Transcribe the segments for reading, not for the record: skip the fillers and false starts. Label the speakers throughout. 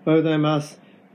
Speaker 1: おはようございます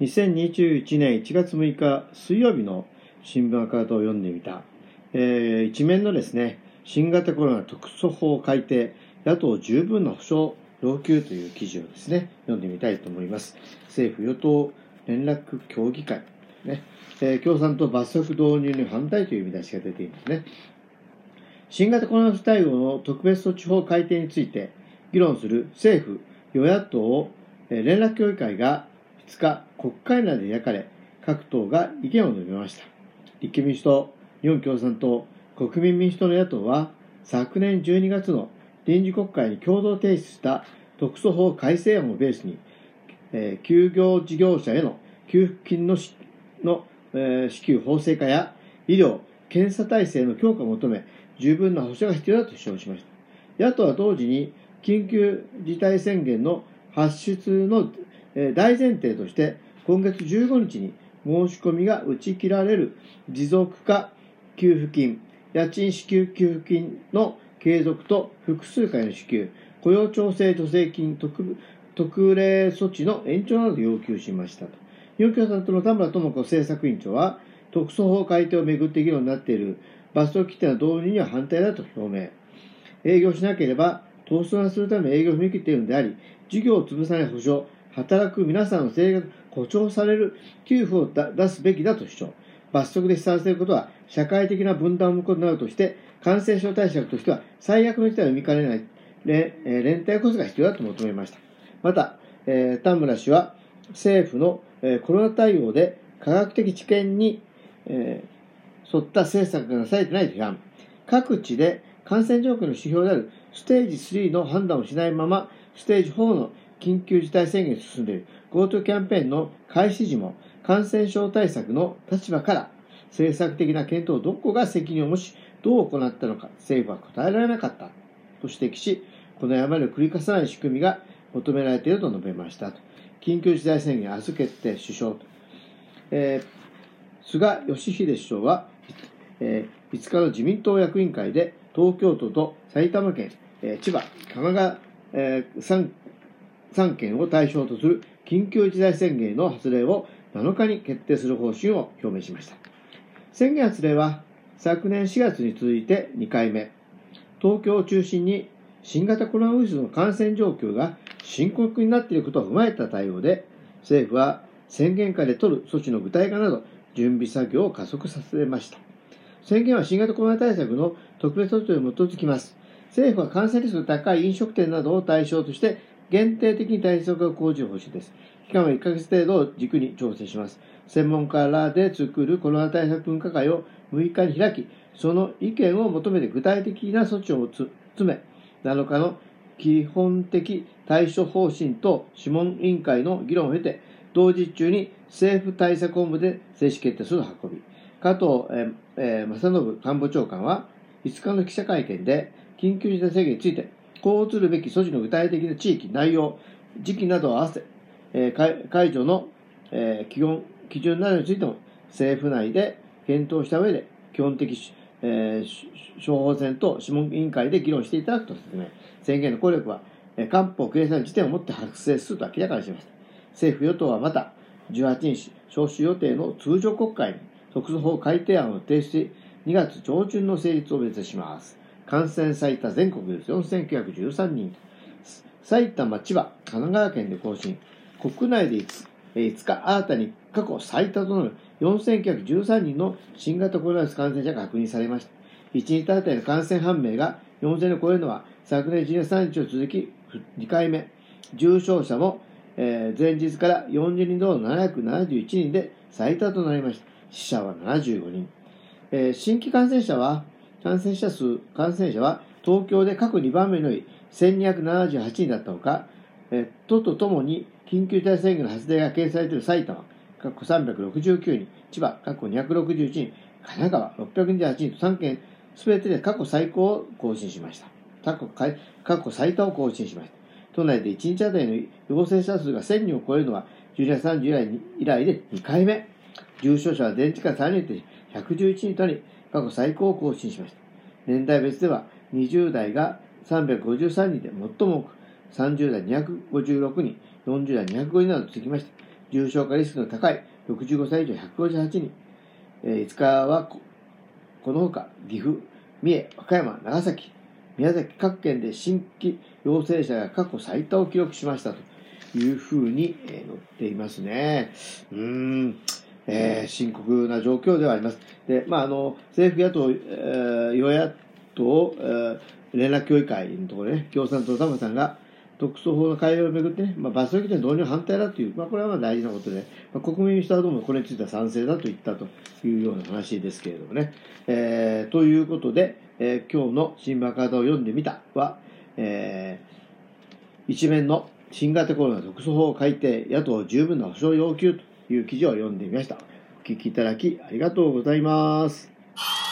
Speaker 1: 。2021年1月6日水曜日の新聞赤旗を読んでみた。一面のですね、新型コロナ特措法改定、野党十分な保障要求という記事をですね、読んでみたいと思います。政府与党連絡協議会、ね共産党罰則導入に反対という見出しが出ていますね。新型コロナ対応の特別措置法改定について議論する政府与野党連絡協議会が2日、国会内で開かれ、各党が意見を述べました。立憲民主党、日本共産党、国民民主党の野党は、昨年12月の臨時国会に共同提出した特措法改正案をベースに、休業事業者への給付金の支給法制化や医療・検査体制の強化を求め、十分な保障が必要だと主張しました。野党は同時に、緊急事態宣言の発出の大前提として、今月15日に申し込みが打ち切られる持続化給付金、家賃支給給付金の継続と複数回の支給、雇用調整助成金特例措置の延長などを要求しましたと。日本共産党の田村智子政策委員長は、特措法改定をめぐって議論になっている罰則規定の導入には反対だと表明。営業しなければ、倒産するため営業を踏み切っているのであり、事業を潰さない保障、働く皆さんの生活が保障される給付を出すべきだと主張。罰則で試算されることは社会的な分断を生むことになるとして、感染症対策としては最悪の事態を生みかねない連帯こそが必要だと求めました。また、田村氏は政府のコロナ対応で科学的知見に沿った政策がなされていないと批判。各地で感染状況の指標であるステージ3の判断をしないまま、ステージ4の緊急事態宣言に進んでいる GoTo キャンペーンの開始時も感染症対策の立場から政策的な検討をどこが責任を持ちどう行ったのか政府は答えられなかったと指摘し、この誤りを繰り返さない仕組みが求められていると述べましたと。緊急事態宣言明日決定首相と、菅義偉首相は、5日の自民党役員会で東京都と埼玉県、千葉、神奈川、3県を対象とする緊急事態宣言の発令を7日に決定する方針を表明しました。宣言発令は昨年4月に続いて2回目。東京を中心に新型コロナウイルスの感染状況が深刻になっていることを踏まえた対応で、政府は宣言下で取る措置の具体化など準備作業を加速させました。宣言は新型コロナ対策の特別措置に基づきます。政府は感染リスクの高い飲食店などを対象として限定的に対策を講じる方針です。期間は1ヶ月程度を軸に調整します。専門家らで作るコロナ対策分科会を6日に開き、その意見を求めて具体的な措置を詰め、7日の基本的対処方針と諮問委員会の議論を経て、同日中に政府対策本部で正式決定する運び。加藤正信官房長官は5日の記者会見で緊急事態宣言について、講ずるべき措置の具体的な地域、内容、時期などを合わせ、解除の基準などについても政府内で検討した上で基本的処方箋と諮問委員会で議論していただくと説明。宣言の効力は官報掲載の時点をもって発生すると明らかにしました。政府与党はまた18日召集予定の通常国会に特措法改定案を提出し、2月上旬の成立を目指します。感染最多全国で4913人。埼玉、千葉、神奈川県で更新。国内で5日新たに過去最多となる4913人の新型コロナウイルス感染者が確認されました。1日あたりの感染判明が4000を超えるのは昨年12月3日を続き2回目。重症者も前日から40人増の771人で最多となりました。死者は75人。新規感染者は東京で過去2番目の1278人だったほか、都とともに緊急事態宣言の発令が掲載されている埼玉、過去369人、千葉、過去261人、神奈川628人と3県すべてで過去最高を更新しました。過去最多を更新しました。都内で1日あたりの陽性者数が1000人を超えるのは12月30日以来で2回目。重症者は前日から3人で111人となり、過去最高を更新しました。年代別では20代が353人で最も多く、 30代256人、40代205人などと続きまして、重症化リスクの高い65歳以上158人、5日はこのほか岐阜、三重、和歌山、長崎、宮崎各県で新規陽性者が過去最多を記録しましたというふうに載っていますね。深刻な状況ではあります。で、政府野党、与野党、連絡協議会のところでね、共産党玉さんが特措法の改良をめぐってね、罰則規定導入反対だという、これは大事なことで、国民民主党はどうもこれについては賛成だと言ったというような話ですけれどもね。ということで、今日の新聞赤旗を読んでみたは、一面の新型コロナ特措法改定、野党十分な保障要求という記事を読んでみました。お聞きいただきありがとうございます。